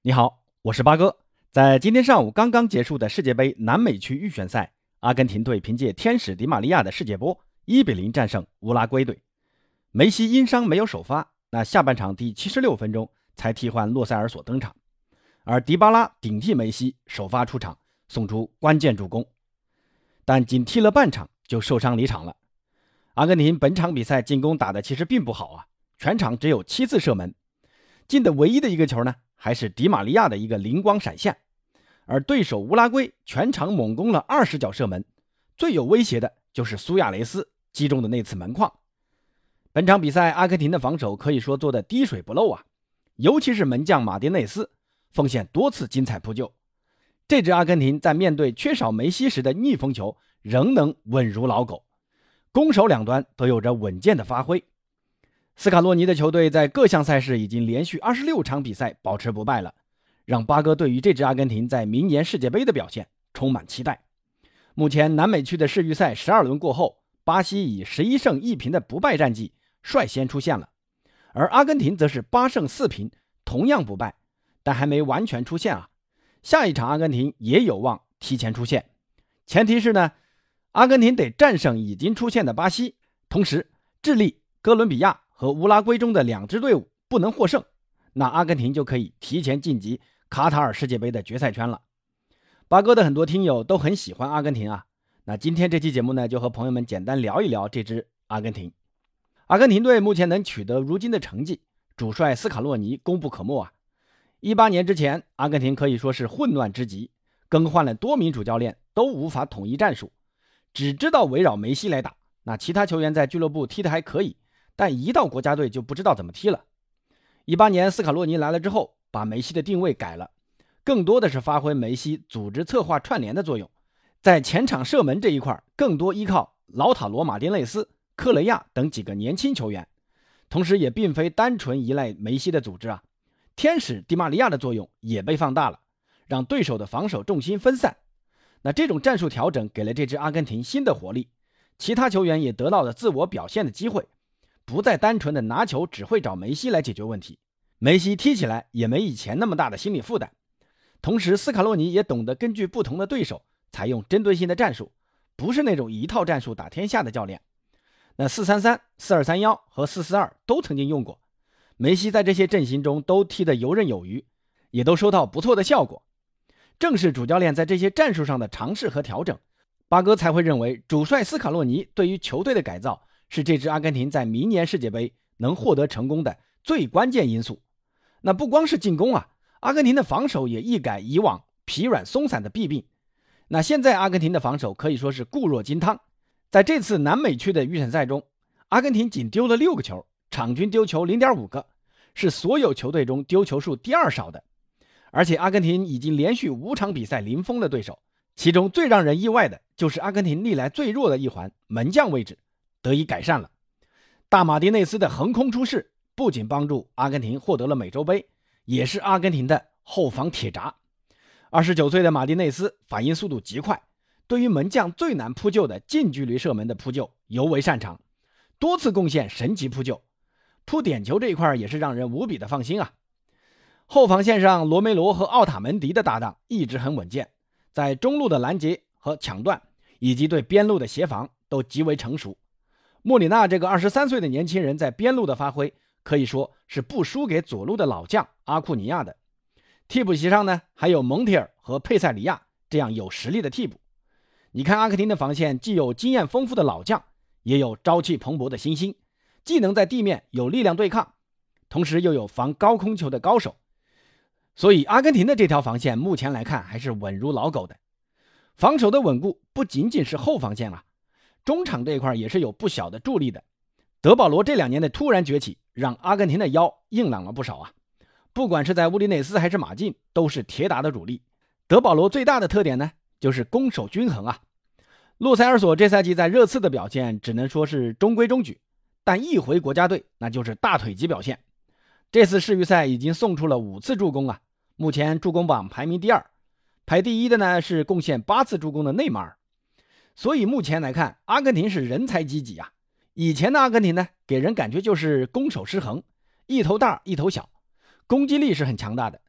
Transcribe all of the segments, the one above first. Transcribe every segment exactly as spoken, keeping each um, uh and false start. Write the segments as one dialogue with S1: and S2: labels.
S1: 你好，我是八哥。在今天上午刚刚结束的世界杯南美区预选赛，阿根廷队凭借天使迪玛利亚的世界波一比零战胜乌拉圭队。梅西因伤没有首发，那下半场第七十六分钟才替换洛塞尔索登场，而迪巴拉顶替梅西首发出场，送出关键助攻，但仅踢了半场就受伤离场了。阿根廷本场比赛进攻打得其实并不好啊，全场只有七次射门，进的唯一的一个球呢，还是迪玛利亚的一个灵光闪现。而对手乌拉圭全场猛攻了二十脚射门，最有威胁的就是苏亚雷斯击中的那次门框。本场比赛阿根廷的防守可以说做得滴水不漏啊，尤其是门将马丁内斯奉献多次精彩扑救。这支阿根廷在面对缺少梅西时的逆风球仍能稳如老狗，攻守两端都有着稳健的发挥。斯卡洛尼的球队在各项赛事已经连续二十六场比赛保持不败了，让八哥对于这支阿根廷在明年世界杯的表现充满期待。目前南美区的世预赛十二轮过后，巴西以十一胜一平的不败战绩率先出现了，而阿根廷则是八胜四平，同样不败，但还没完全出现啊。下一场阿根廷也有望提前出现，前提是呢，阿根廷得战胜已经出现的巴西，同时智利、哥伦比亚和乌拉圭中的两支队伍不能获胜，那阿根廷就可以提前晋级卡塔尔世界杯的决赛圈了。八哥的很多听友都很喜欢阿根廷啊，那今天这期节目呢，就和朋友们简单聊一聊这支阿根廷。阿根廷队目前能取得如今的成绩，主帅斯卡洛尼功不可没啊。一八年之前，阿根廷可以说是混乱之极，更换了多名主教练都无法统一战术，只知道围绕梅西来打。那其他球员在俱乐部踢得还可以，但一到国家队就不知道怎么踢了。一八年斯卡洛尼来了之后，把梅西的定位改了，更多的是发挥梅西组织策划串联的作用，在前场射门这一块更多依靠劳塔罗马丁内斯、克雷亚等几个年轻球员，同时也并非单纯依赖梅西的组织啊，天使迪玛利亚的作用也被放大了，让对手的防守重心分散。那这种战术调整给了这支阿根廷新的活力，其他球员也得到了自我表现的机会，不再单纯的拿球只会找梅西来解决问题，梅西踢起来也没以前那么大的心理负担。同时斯卡洛尼也懂得根据不同的对手采用针对性的战术，不是那种一套战术打天下的教练。那四三三、四二三一和四四二都曾经用过，梅西在这些阵型中都踢得游刃有余，也都收到不错的效果。正是主教练在这些战术上的尝试和调整，八哥才会认为主帅斯卡洛尼对于球队的改造是这支阿根廷在明年世界杯能获得成功的最关键因素。那不光是进攻啊，阿根廷的防守也一改以往疲软松散的弊病。那现在阿根廷的防守可以说是固若金汤，在这次南美区的预选赛中，阿根廷仅丢了六个球，场均丢球 零点五个，是所有球队中丢球数第二少的。而且阿根廷已经连续五场比赛零封了对手，其中最让人意外的就是阿根廷历来最弱的一环门将位置得以改善了。大马丁内斯的横空出世不仅帮助阿根廷获得了美洲杯，也是阿根廷的后防铁闸。二十九岁的马丁内斯反应速度极快，对于门将最难扑救的近距离射门的扑救尤为擅长，多次贡献神级扑救，扑点球这一块也是让人无比的放心啊。后防线上罗梅罗和奥塔门迪的搭档一直很稳健，在中路的拦截和抢断以及对边路的协防都极为成熟。莫里纳这个二十三岁的年轻人在边路的发挥可以说是不输给左路的老将阿库尼亚的。替补席上呢，还有蒙铁尔和佩塞里亚这样有实力的替补。你看阿根廷的防线既有经验丰富的老将，也有朝气蓬勃的新星，既能在地面有力量对抗，同时又有防高空球的高手。所以阿根廷的这条防线目前来看还是稳如老狗的。防守的稳固不仅仅是后防线啊，中场这一块也是有不小的助力的。德保罗这两年的突然崛起，让阿根廷的腰硬朗了不少啊。不管是在乌迪内斯还是马竞，都是铁打的主力。德保罗最大的特点呢，就是攻守均衡啊。洛塞尔索这赛季在热刺的表现只能说是中规中矩，但一回国家队那就是大腿级表现。这次世预赛已经送出了五次助攻啊，目前助攻榜排名第二，排第一的呢是贡献八次助攻的内马尔。所以目前来看，阿根廷是人才济济啊。以前的阿根廷呢，给人感觉就是攻守失衡，一头大一头小，攻击力是很强大的，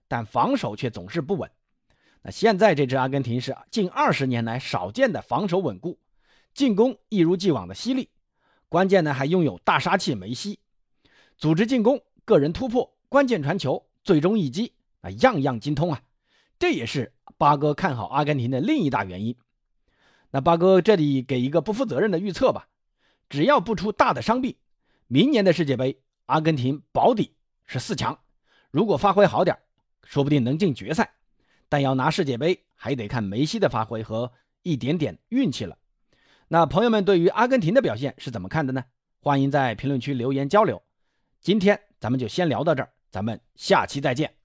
S1: 但防守却总是不稳。那现在这支阿根廷是近二十年来少见的防守稳固，进攻一如既往的犀利，关键呢还拥有大杀器梅西，组织进攻、个人突破、关键传球、最终一击啊，样样精通啊！这也是八哥看好阿根廷的另一大原因。那八哥这里给一个不负责任的预测吧，只要不出大的伤病，明年的世界杯阿根廷保底是四强，如果发挥好点，说不定能进决赛。但要拿世界杯还得看梅西的发挥和一点点运气了。那朋友们对于阿根廷的表现是怎么看的呢？欢迎在评论区留言交流。今天咱们就先聊到这儿，咱们下期再见。